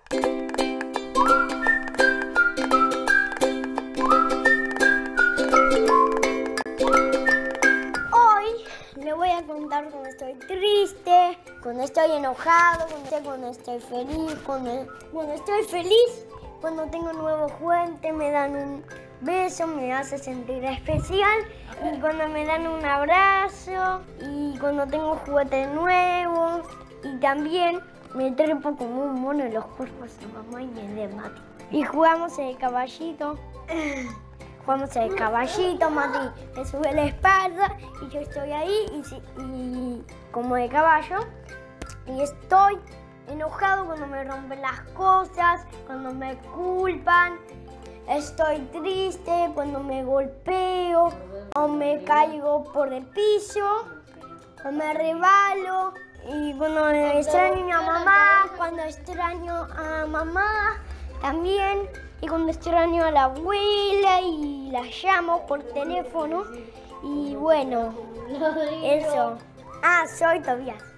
Le voy a contar cuando estoy triste, cuando estoy enojado, cuando estoy feliz, cuando estoy feliz, cuando tengo un nuevo juguete, me dan un beso, me hace sentir especial, y cuando me dan un abrazo, y cuando tengo juguetes nuevos, y también me trepo como un mono en los cuerpos de mamá y de Mati. Y jugamos el caballito. Jugamos el caballito, Mati me sube la espalda y yo estoy ahí y como de caballo. Y estoy enojado cuando me rompen las cosas, cuando me culpan. Estoy triste cuando me golpeo o me caigo por el piso o me resbalo. Y cuando extraño a mamá también. Y cuando extraño a la abuela y la llamo por teléfono. Y bueno, eso. Soy Tobías.